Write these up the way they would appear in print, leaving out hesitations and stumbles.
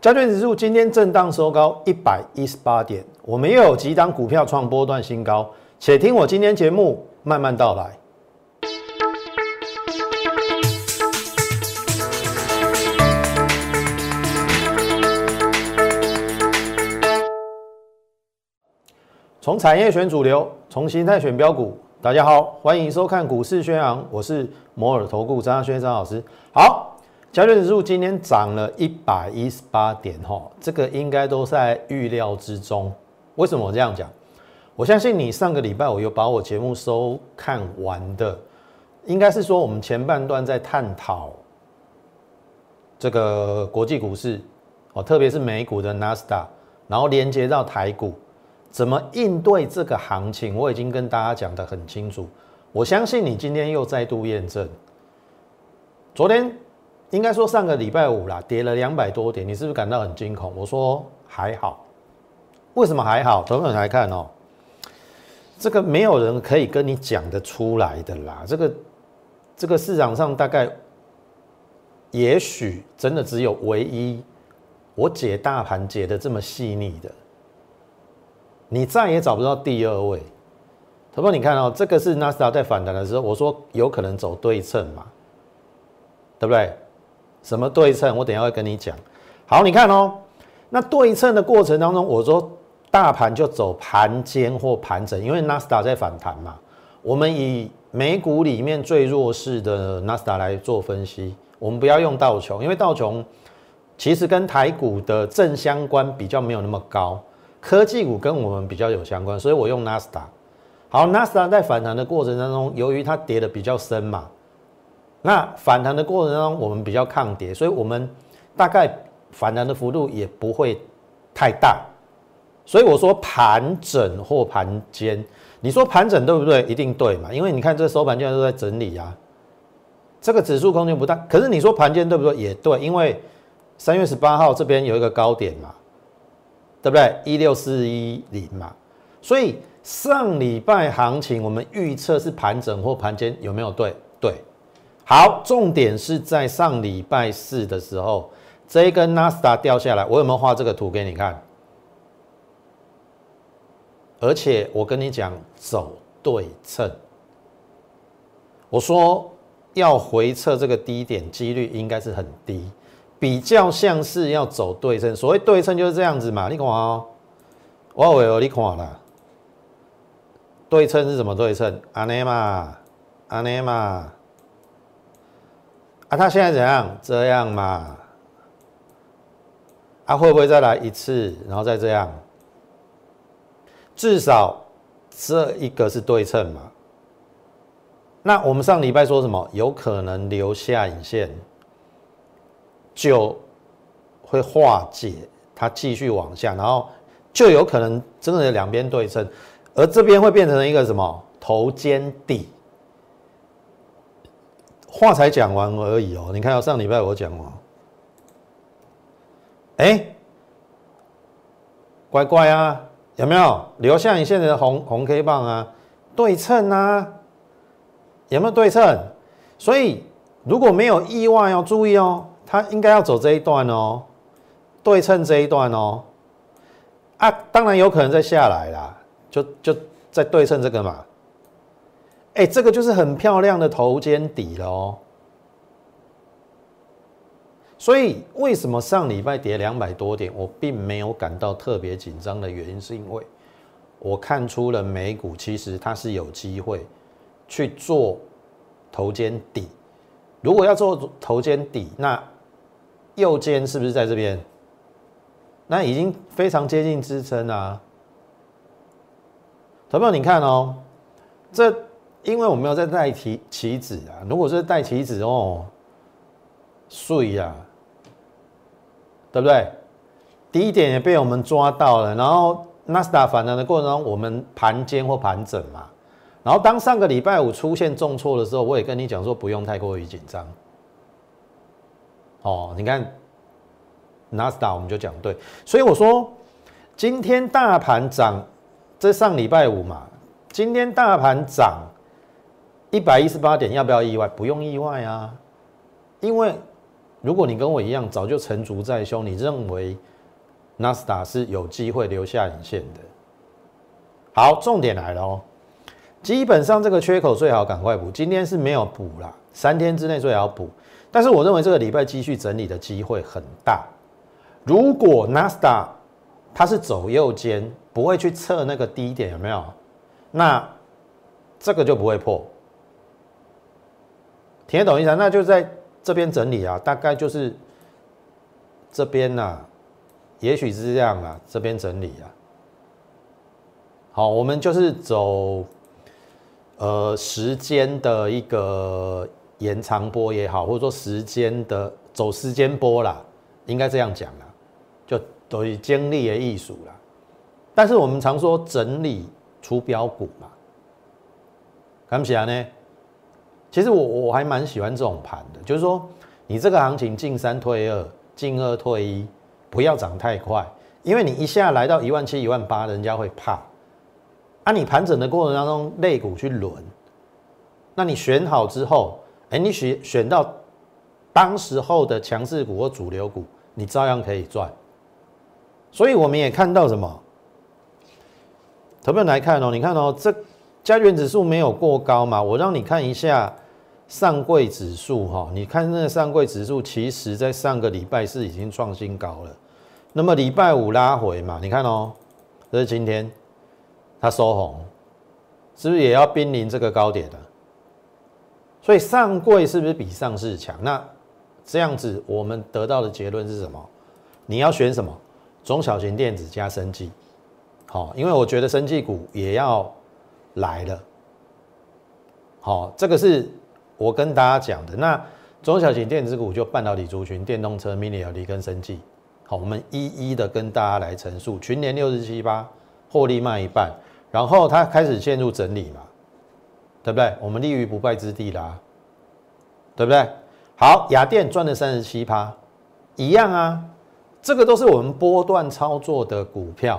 加权指数今天震荡收高118点，我们又有几档股票创波段新高，且听我今天节目慢慢道来。从产业选主流，从形态选标股。大家好，欢迎收看股市宣扬，我是摩尔投顾张轩张老师。好。加权指数今天涨了118点，这个应该都在预料之中。为什么我这样讲？我相信你上个礼拜我有把我节目收看完的，应该是说我们前半段在探讨这个国际股市，特别是美股的纳斯达，然后连接到台股，怎么应对这个行情，我已经跟大家讲得很清楚。我相信你今天又再度验证，昨天。应该说上个礼拜五啦，跌了200多点，你是不是感到很惊恐？我说还好，为什么还好？投资人来看哦，这个没有人可以跟你讲得出来的啦。这个市场上大概也许真的只有唯一我解大盘解得这么细腻的，你再也找不到第二位。投资人你看哦，这个是纳斯达克在反弹的时候，我说有可能走对称嘛，对不对？什么对称？我等一下会跟你讲。好，你看哦，那对称的过程当中，我说大盘就走盘间或盘整，因为纳斯达克在反弹嘛。我们以美股里面最弱势的纳斯达克来做分析，我们不要用道琼，因为道琼其实跟台股的正相关比较没有那么高，科技股跟我们比较有相关，所以我用纳斯达克。好，纳斯达克在反弹的过程当中，由于它跌得比较深嘛。那反弹的过程中，我们比较抗跌，所以我们大概反弹的幅度也不会太大。所以我说盘整或盘间，你说盘整对不对？一定对嘛，因为你看这收盘现在都在整理啊，这个指数空间不大。可是你说盘间对不对？也对，因为3月18号这边有一个高点嘛，对不对？16410嘛，所以上礼拜行情我们预测是盘整或盘间，有没有对？对。好，重点是在上礼拜四的时候，这一根纳斯达掉下来，我有没有画这个图给你看？而且我跟你讲，走对称。我说要回测这个低点几率应该是很低，比较像是要走对称。所谓对称就是这样子嘛，你看哦，我有你看啦。对称是什么对称？安内嘛，安内嘛。啊，他现在怎样？这样嘛？啊，会不会再来一次，然后再这样？至少这一个是对称嘛？那我们上礼拜说什么？有可能留下影线，就会化解它继续往下，然后就有可能真的两边对称，而这边会变成一个什么头肩底。话才讲完而已哦，你看到上礼拜我讲哦，乖乖啊，有没有留下影线的红 K 棒啊？对称啊，有没有对称？所以如果没有意外哦，注意哦，它应该要走这一段哦，对称这一段哦，啊，当然有可能再下来啦，就再对称这个嘛。这个就是很漂亮的头肩底了哦。所以为什么上礼拜跌200多点，我并没有感到特别紧张的原因，是因为我看出了美股其实它是有机会去做头肩底。如果要做头肩底，那右肩是不是在这边？那已经非常接近支撑啊。投票你看哦，这。因为我没有在带期指啊，如果是带期指哦，碎呀，对不对？低点也被我们抓到了，然后纳斯达反弹的过程中，我们盘间或盘整嘛，然后当上个礼拜五出现重挫的时候，我也跟你讲说不用太过于紧张。哦，你看纳斯达我们就讲对，所以我说今天大盘涨，这上礼拜五嘛，今天大盘涨。118点要不要意外？不用意外啊，因为如果你跟我一样早就成竹在胸，你认为纳斯达是有机会留下影线的。好，重点来了哦，基本上这个缺口最好赶快补，今天是没有补啦，3天之内最好补。但是我认为这个礼拜继续整理的机会很大。如果纳斯达它是走右肩，不会去测那个低点，有没有？那这个就不会破。听得懂意思啊？那就在这边整理啊，大概就是这边呐，也许是这样啦，这边整理啊。好，我们就是走时间的一个延长波也好，或者说走时间波啦，应该这样讲啦，就等于经历的艺术啦。但是我们常说整理出标股嘛，看不起来呢？其实我还蛮喜欢这种盘的，就是说你这个行情进3退2，进2退1，不要涨太快，因为你一下来到17000、18000，人家会怕。啊，你盘整的过程当中，类股去轮，那你选好之后，你选到当时候的强势股或主流股，你照样可以赚。所以我们也看到什么？投票来看哦，你看哦，这加权指数没有过高嘛？我让你看一下上柜指数哈，你看那个上柜指数，其实在上个礼拜是已经创新高了。那么礼拜5拉回嘛，你看哦，这是今天。它收红，是不是也要濒临这个高点了？所以上柜是不是比上市强？那这样子，我们得到的结论是什么？你要选什么？中小型电子加生技，好，因为我觉得生技股也要来了。好，这个是我跟大家讲的。那中小型电子股就半导体族群、电动车、mini LED 跟生技，好，我们一一的跟大家来陈述。群联6478，获利卖一半。然后它开始陷入整理嘛，对不对？我们立于不败之地啦，对不对？好，亚电赚了37%，一样啊，这个都是我们波段操作的股票。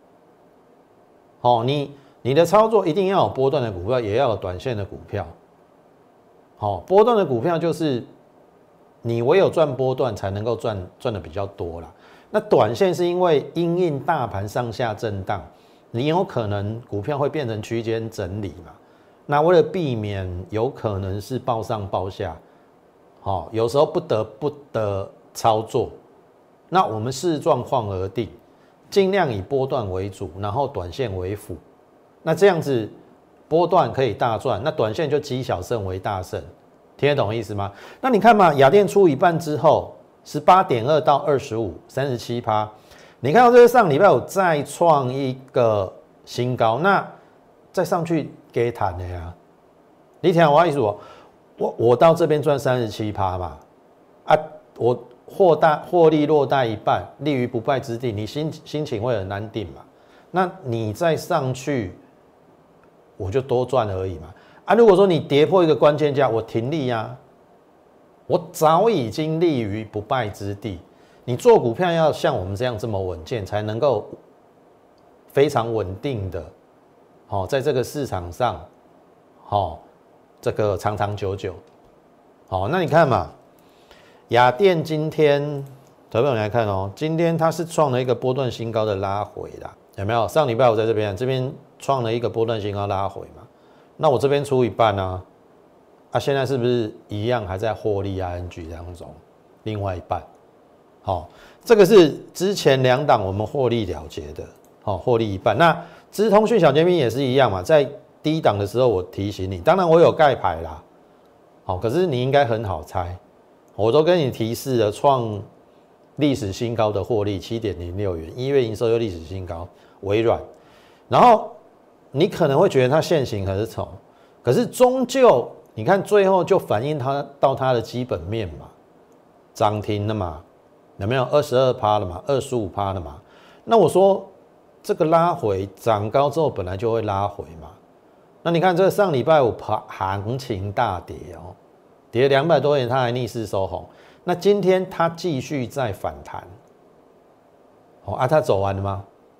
哦，你的操作一定要有波段的股票，也要有短线的股票。好，波段的股票就是你唯有赚波段才能够赚的比较多啦。那短线是因为因应大盘上下震荡。你有可能股票会变成区间整理嘛？那为了避免有可能是抱上抱下，有时候不得操作，那我们视状况而定，尽量以波段为主，然后短线为辅。那这样子波段可以大赚，那短线就积小胜为大胜，听得懂意思吗？那你看嘛，亚电出一半之后，18.2到25， 37%。你看到这个上礼拜5再创一个新高，那再上去给谈的呀？你听我意思我到这边赚37%嘛，啊，我获利落袋一半，立于不败之地，你心情会很安定嘛？那你再上去，我就多赚而已嘛。啊，如果说你跌破一个关键价，我停利啊，我早已经立于不败之地。你做股票要像我们这样这么稳健，才能够非常稳定的，在这个市场上，这个长长久久。好，那你看嘛，亚电今天，投票你来看哦，今天它是创了一个波段新高的拉回啦，有没有？上礼拜我在这边创了一个波段新高拉回嘛，那我这边出一半啊，现在是不是一样还在获利 ING 当中？另外一半。好，这个是之前2档我们获利了结的，获利一半。那资通讯小尖兵也是一样嘛，在低档的时候我提醒你，当然我有盖牌啦，可是你应该很好猜，我都跟你提示了，创历史新高的获利 7.06 元，1月营收又历史新高，微软。然后你可能会觉得它现形很丑，可是终究你看最后就反映到它的基本面嘛，涨停了嘛。有没有22%了嘛，25%了嘛？那我说这个拉回涨高之后本来就会拉回嘛。那你看这上礼拜5行情大跌哦，跌200多元它还逆势收红。那今天它继续在反弹，它走完了吗？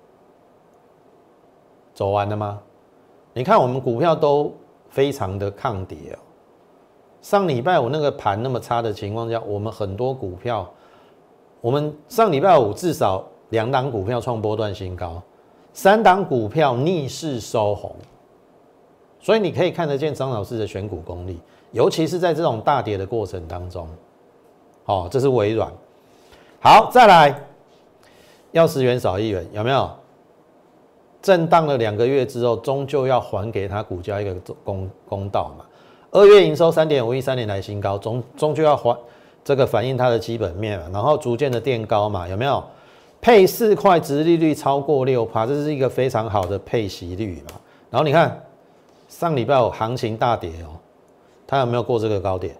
走完了吗？你看我们股票都非常的抗跌哦。 上礼拜五那个盘那么差的情况下，我们很多股票，我们上礼拜五至少2档股票创波段新高，3档股票逆势收红，所以你可以看得见张老师的选股功力，尤其是在这种大跌的过程当中。哦，这是微软。好，再来，要10元少1元，有没有？震荡了2个月之后，终究要还给他股价一个公道嘛。2月营收3.51，3年来新高，终究要还这个反映它的基本面嘛，然后逐渐的垫高嘛，有没有？配4块，殖利率超过6%，这是一个非常好的配息率嘛。然后你看上礼拜五行情大跌哦，它有没有过这个高点？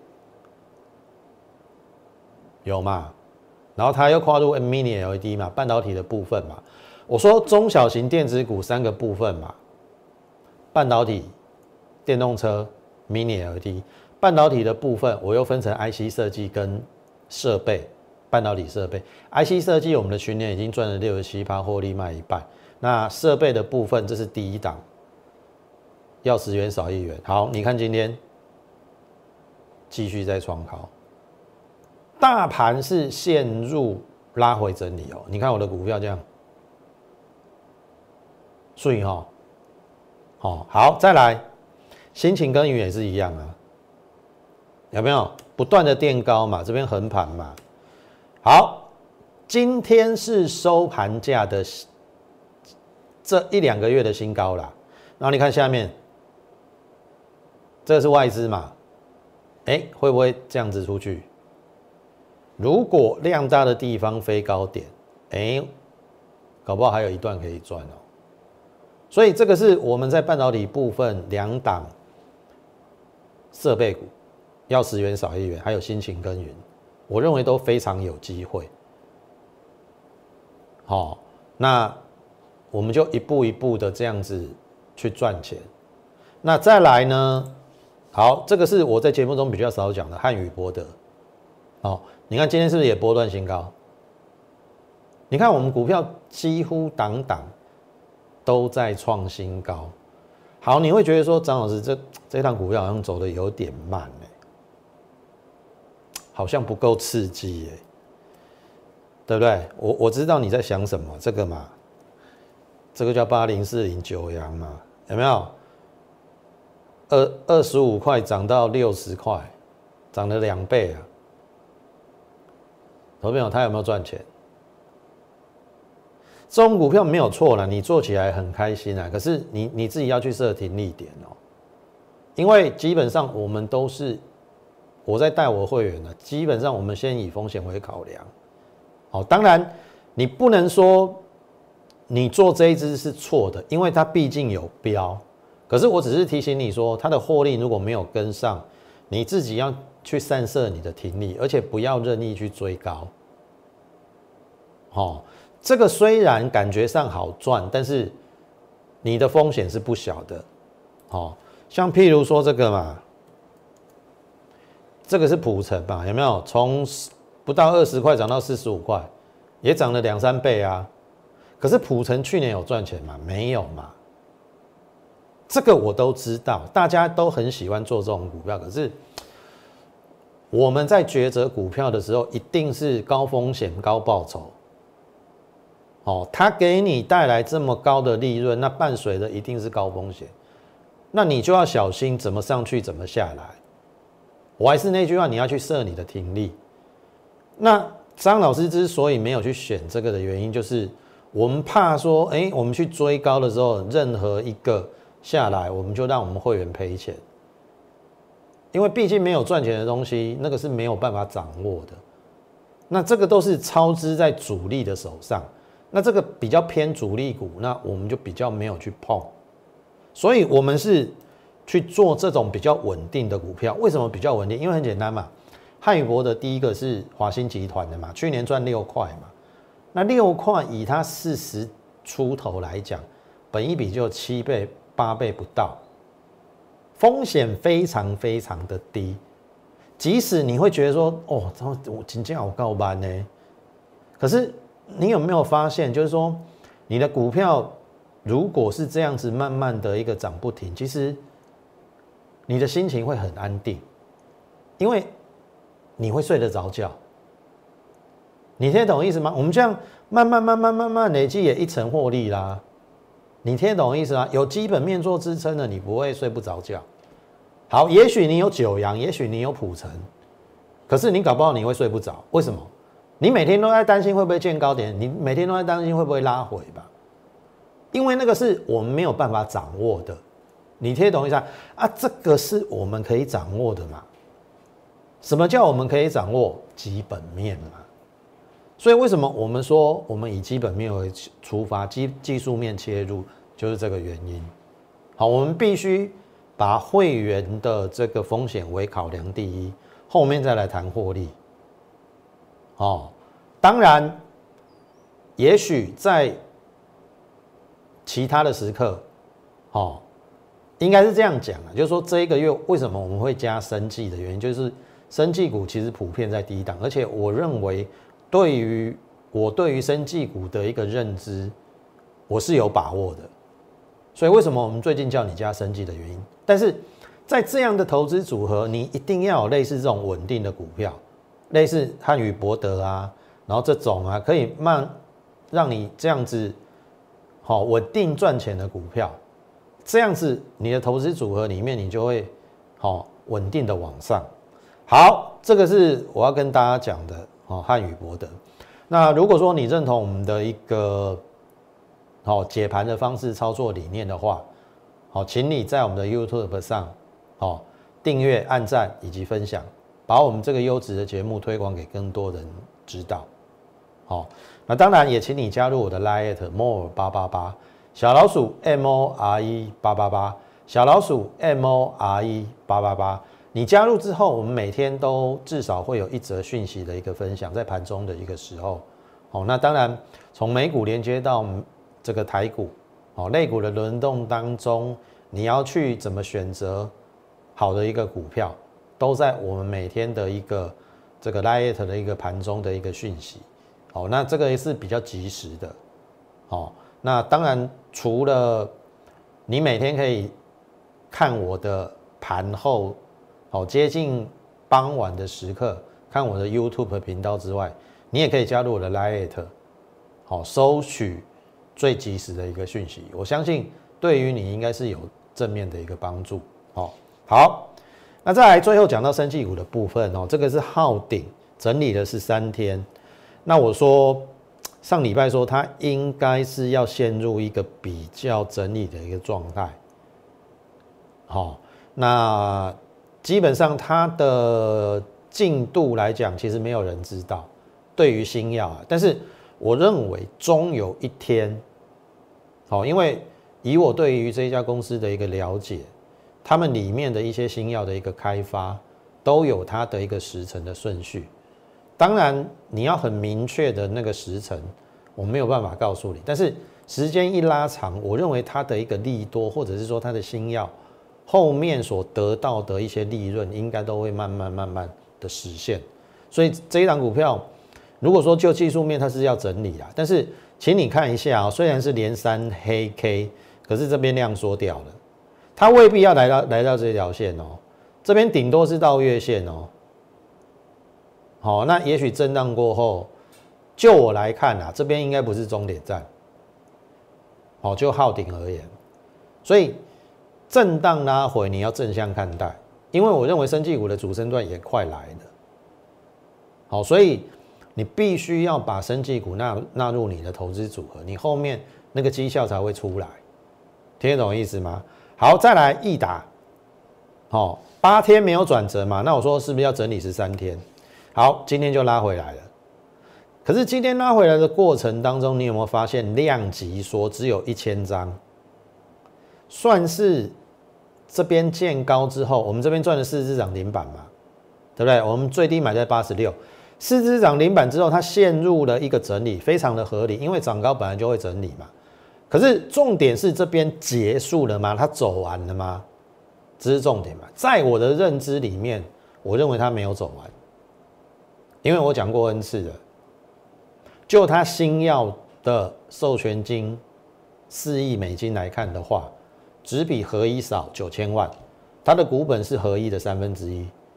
有嘛？然后它又跨入 Mini LED 嘛，半导体的部分嘛。我说中小型电子股3个部分嘛，半导体、电动车、Mini LED。半导体的部分我又分成 IC 设计跟设备，半导体设备。IC 设计我们的去年已经赚了67%，获利卖一半。那设备的部分这是第一档，要10元少1元。好，你看今天继续在创高，大盘是陷入拉回整理哦。你看我的股票这样。所以哈，好，再来，辛勤耕耘也是一样啊，有没有不断的垫高嘛？这边横盘嘛。好，今天是收盘价的这1-2个月的新高啦。然后你看下面，这个是外资嘛？会不会这样子出去？如果量大的地方飞高点，搞不好还有一段可以赚哦。所以这个是我们在半导体部分2档设备股，要10元少1元，还有辛勤耕耘，我认为都非常有机会。好，那我们就一步一步的这样子去赚钱。那再来呢？好，这个是我在节目中比较少讲的汉语博德。好，你看今天是不是也波段新高？你看我们股票几乎档都在创新高。好，你会觉得说张老师这档股票好像走的有点慢好像不够刺激对不对？我知道你在想什么，这个嘛，这个叫8040九阳嘛，有没有？25块涨到60块，涨了2倍啊！投资朋友，他有没有赚钱？这种股票没有错啦，你做起来很开心可是你自己要去设停利点因为基本上我们都是我在带我会员基本上我们先以风险为考量。当然你不能说你做这一支是错的，因为它毕竟有标。可是我只是提醒你说，它的获利如果没有跟上，你自己要去散设你的停利，而且不要任意去追高。这个虽然感觉上好赚，但是你的风险是不小的。像譬如说这个嘛，这个是普成嘛，有没有？从不到20块涨到45块，也涨了2-3倍啊。可是普成去年有赚钱吗？没有嘛。这个我都知道，大家都很喜欢做这种股票，可是我们在抉择股票的时候，一定是高风险高报酬。它给你带来这么高的利润，那伴随的一定是高风险，那你就要小心怎么上去怎么下来。我还是那句话，你要去设你的停利。那张老师之所以没有去选这个的原因，就是我们怕说，我们去追高的时候，任何一个下来，我们就让我们会员赔钱，因为毕竟没有赚钱的东西，那个是没有办法掌握的。那这个都是操之在主力的手上。那这个比较偏主力股，那我们就比较没有去碰，所以我们是去做这种比较稳定的股票。为什么比较稳定？因为很简单嘛，汉语博的第一个是华新集团的嘛，去年赚6块嘛，那6块以它40出头来讲，本益比就7倍8倍不到，风险非常非常的低。即使你会觉得说，我真正好高班呢，可是你有没有发现，就是说你的股票如果是这样子慢慢的一个涨不停，其实你的心情会很安定。 因为你会睡得着觉。你听得懂意思吗？我们这样慢慢累积也一层获利啦。你听得懂意思吗？有基本面做支撑的，你不会睡不着觉。好，也许你有九阳，也许你有普成，可是你搞不好你会睡不着。为什么？你每天都在担心会不会见高点，你每天都在担心会不会拉回吧？因为那个是我们没有办法掌握的。你听得懂意思啊？这个是我们可以掌握的嘛？什么叫我们可以掌握？基本面嘛。所以为什么我们说我们以基本面为出发，技术面切入，就是这个原因。好，我们必须把会员的这个风险为考量第一，后面再来谈获利。哦，当然，也许在其他的时刻，哦，应该是这样讲啊，就是说这一个月为什么我们会加生技的原因，就是生技股其实普遍在低档，而且我认为对于生技股的一个认知，我是有把握的。所以为什么我们最近叫你加生技的原因？但是在这样的投资组合，你一定要有类似这种稳定的股票，类似汉语博德啊，然后这种啊可以让你这样子好稳定赚钱的股票，这样子你的投资组合里面你就会好稳定的往上。好，这个是我要跟大家讲的汉语博德。那如果说你认同我们的一个解盘的方式、操作理念的话，请你在我们的 YouTube 上订阅、按赞以及分享，把我们这个优质的节目推广给更多人知道。那当然也请你加入我的 Line more888小老鼠 MORE888小老鼠 MORE888。你加入之后，我们每天都至少会有一则讯息的一个分享，在盘中的一个时候。那当然从美股连接到这个台股，类股的轮动当中，你要去怎么选择好的一个股票，都在我们每天的一个这个 Line 的一个盘中的一个讯息。那这个也是比较及时的。那当然除了你每天可以看我的盘后接近傍晚的时刻看我的 YouTube 频道之外，你也可以加入我的 Line， 收取最及时的一个讯息。我相信对于你应该是有正面的一个帮助。好，那再来最后讲到生技股的部分，这个是浩鼎整理了13天。那我说上礼拜说它应该是要陷入一个比较整理的一个状态。那基本上它的进度来讲，其实没有人知道。对于新药但是我认为终有一天，因为以我对于这一家公司的一个了解，他们里面的一些新药的一个开发，都有它的一个时程的顺序。当然，你要很明确的那个时程，我没有办法告诉你。但是时间一拉长，我认为它的一个利多，或者是说它的新药后面所得到的一些利润，应该都会慢慢的实现。所以这一档股票，如果说就技术面它是要整理啦，但是请你看一下虽然是连3黑 K， 可是这边量缩掉了，它未必要来到这条线这边顶多是到月线那也许震荡过后，就我来看这边应该不是终点站。就浩鼎而言，所以震荡拉回你要正向看待，因为我认为生技股的主升段也快来了。所以你必须要把生技股纳入你的投资组合，你后面那个绩效才会出来。听得懂意思吗？好，再来易达，8天没有转折嘛，那我说是不是要整理13天？好，今天就拉回来了。可是今天拉回来的过程当中，你有没有发现量级说只有1000张，算是这边见高之后，我们这边赚了4只涨停板嘛，对不对？我们最低买在86，4只涨停板之后，它陷入了一个整理，非常的合理，因为涨高本来就会整理嘛。可是重点是这边结束了吗？它走完了吗？这是重点嘛。在我的认知里面，我认为它没有走完，因为我讲过 N 次了。就它新药的授权金4亿美金来看的话，只比合一少9000万，它的股本是合一的1/3，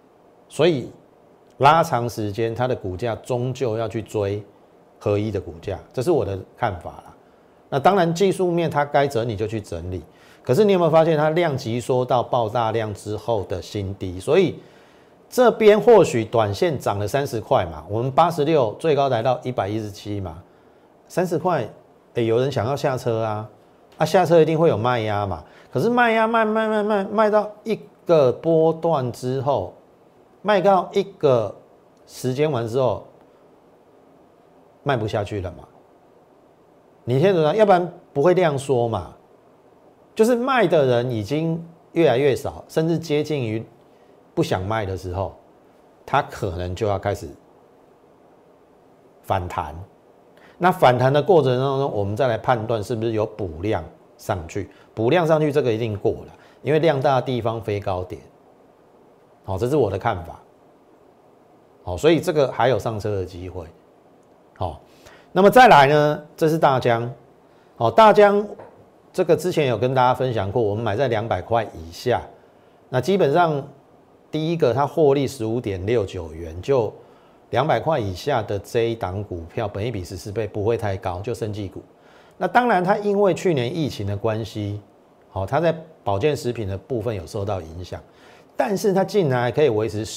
所以拉长时间，它的股价终究要去追合一的股价，这是我的看法啦。那当然技术面它该整理就去整理，可是你有没有发现它量级缩到爆大量之后的新低？所以这边或许短线涨了30块嘛，我们86最高来到117嘛，30块，有人想要下车啊，下车一定会有卖压嘛，可是卖压卖到一个波段之后，卖到一个时间完之后，卖不下去了嘛。你听懂吗？要不然不会量缩嘛。就是卖的人已经越来越少，甚至接近于不想卖的时候，他可能就要开始反弹。那反弹的过程当中，我们再来判断是不是有补量上去。补量上去，这个一定过了，因为量大的地方飞高点。好，这是我的看法。好，所以这个还有上车的机会。好，那么再来呢？这是大江。好，大江这个之前有跟大家分享过，我们买在200块以下。那基本上第一个它获利15.69元，就200块以下的这一档股票，本益比14倍，不会太高，就生技股。那当然，它因为去年疫情的关系，好，它在保健食品的部分有受到影响，但是它竟然还可以维持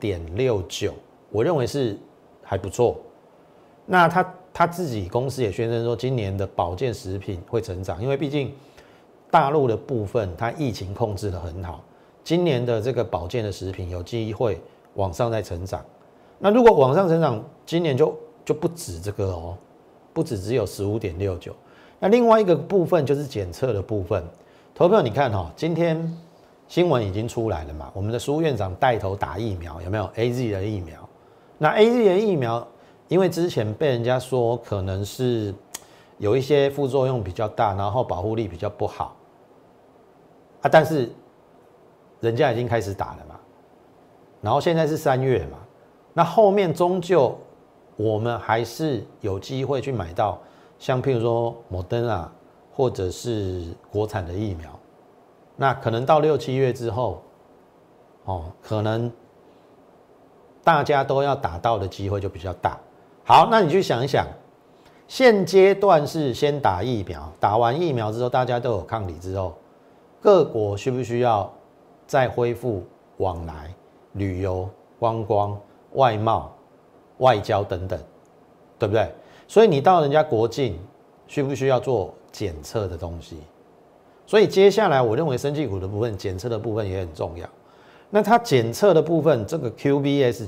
15.69，我认为是还不错。那他自己公司也宣称说，今年的保健食品会成长，因为毕竟大陆的部分它疫情控制得很好，今年的这个保健的食品有机会往上再成长。那如果往上成长，今年就不止这个哦，不止只有15.69。那另外一个部分就是检测的部分，投票你看哈，今天新闻已经出来了嘛，我们的苏院长带头打疫苗，有没有 AZ 的疫苗？那 AZ 的疫苗，因为之前被人家说可能是有一些副作用比较大，然后保护力比较不好啊，但是人家已经开始打了嘛，然后现在是3月嘛，那后面终究我们还是有机会去买到像譬如说Moderna或者是国产的疫苗，那可能到6、7月之后，可能大家都要打到的机会就比较大。好，那你去想一想，现阶段是先打疫苗，打完疫苗之后大家都有抗体之后，各国需不需要再恢复往来、旅游、观光、外贸、外交等等，对不对？所以你到人家国境，需不需要做检测的东西？所以接下来我认为生技股的部分，检测的部分也很重要。那它检测的部分，这个 QBS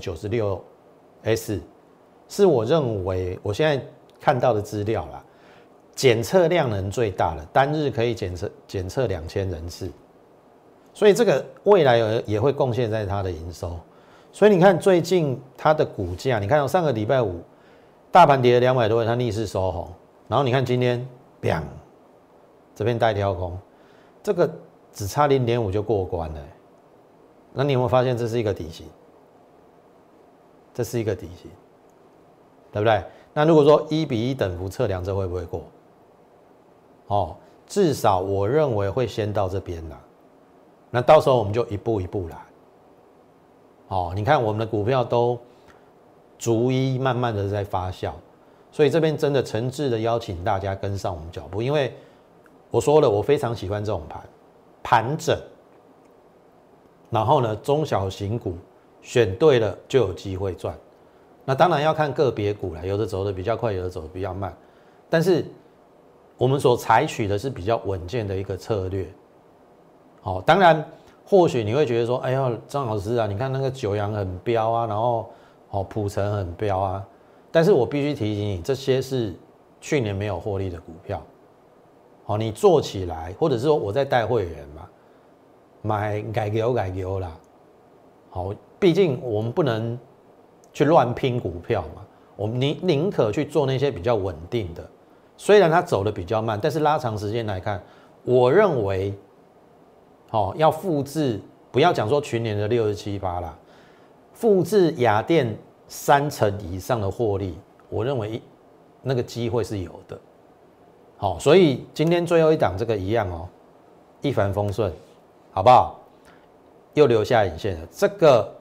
96S 是我认为我现在看到的资料啦，检测量能最大的，单日可以检测2000人次，所以这个未来也会贡献在它的营收。所以你看最近它的股价，你看上个礼拜五大盘跌了200多元，它逆势收红，然后你看今天砰，这边带跳空，这个只差0.5就过关了。那你有没有发现这是一个底型？这是一个底型，对不对？那如果说1:1等幅测量，这会不会过？至少我认为会先到这边啦。那到时候我们就一步一步来。你看我们的股票都逐一慢慢的在发酵，所以这边真的诚挚的邀请大家跟上我们脚步，因为我说了，我非常喜欢这种盘整。然后呢，中小型股选对了就有机会赚。那当然要看个别股啦，有的走的比较快，有的走的比较慢。但是我们所采取的是比较稳健的一个策略。当然或许你会觉得说，哎呀，张老师啊，你看那个九阳很飙啊，然后普成很飙啊。但是我必须提醒你，这些是去年没有获利的股票。你做起来，或者是说我在带会员嘛。买改牛啦，好，毕竟我们不能去乱拼股票嘛，我们宁可去做那些比较稳定的，虽然它走的比较慢，但是拉长时间来看，我认为，要复制，不要讲说群年的67%啦，复制亚电30%以上的获利，我认为那个机会是有的，所以今天最后一档这个一样一帆风顺。好不好？又留下影线了。这个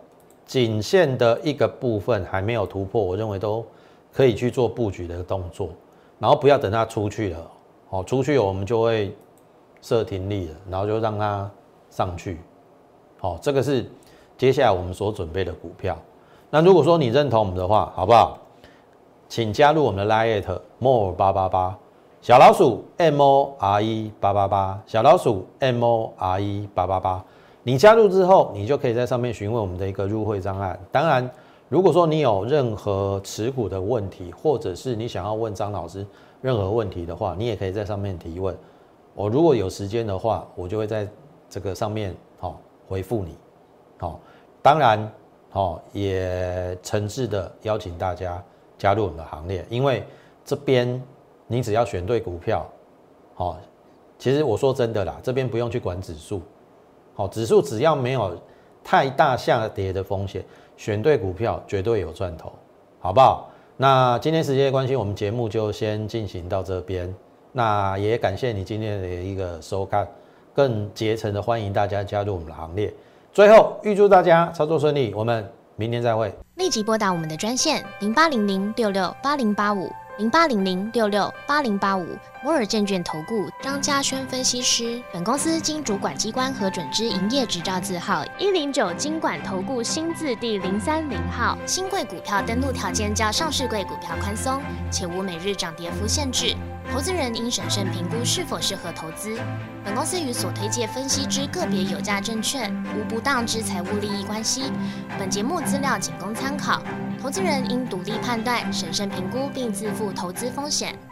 颈线的一个部分还没有突破，我认为都可以去做布局的动作，然后不要等它出去了，出去我们就会设停利了，然后就让它上去，这个是接下来我们所准备的股票。那如果说你认同我们的话，好不好？请加入我们的 Line more888小老鼠 MORE888小老鼠 MORE888。你加入之后，你就可以在上面询问我们的一个入会方案。当然，如果说你有任何持股的问题，或者是你想要问张老师任何问题的话，你也可以在上面提问。我如果有时间的话，我就会在这个上面回复你。当然也诚挚的邀请大家加入我们的行列，因为这边你只要选对股票，其实我说真的啦，这边不用去管指数，指数只要没有太大下跌的风险，选对股票绝对有赚头，好不好？那今天时间的关系，我们节目就先进行到这边。那也感谢你今天的一个收看，更竭诚的欢迎大家加入我们的行列。最后预祝大家操作顺利，我们明天再会。 立即拨打我们的专线08006680850800668085摩尔证券投顾张嘉轩分析师。本公司经主管机关核准之营业执照字号109金管投顾新字第030号。新贵股票登录条件较上市贵股票宽松，且无每日涨跌幅限制。投资人应审慎评估是否适合投资。本公司与所推介分析之个别有价证券无不当之财务利益关系。本节目资料仅供参考，投资人应独立判断、审慎评估并自负投资风险。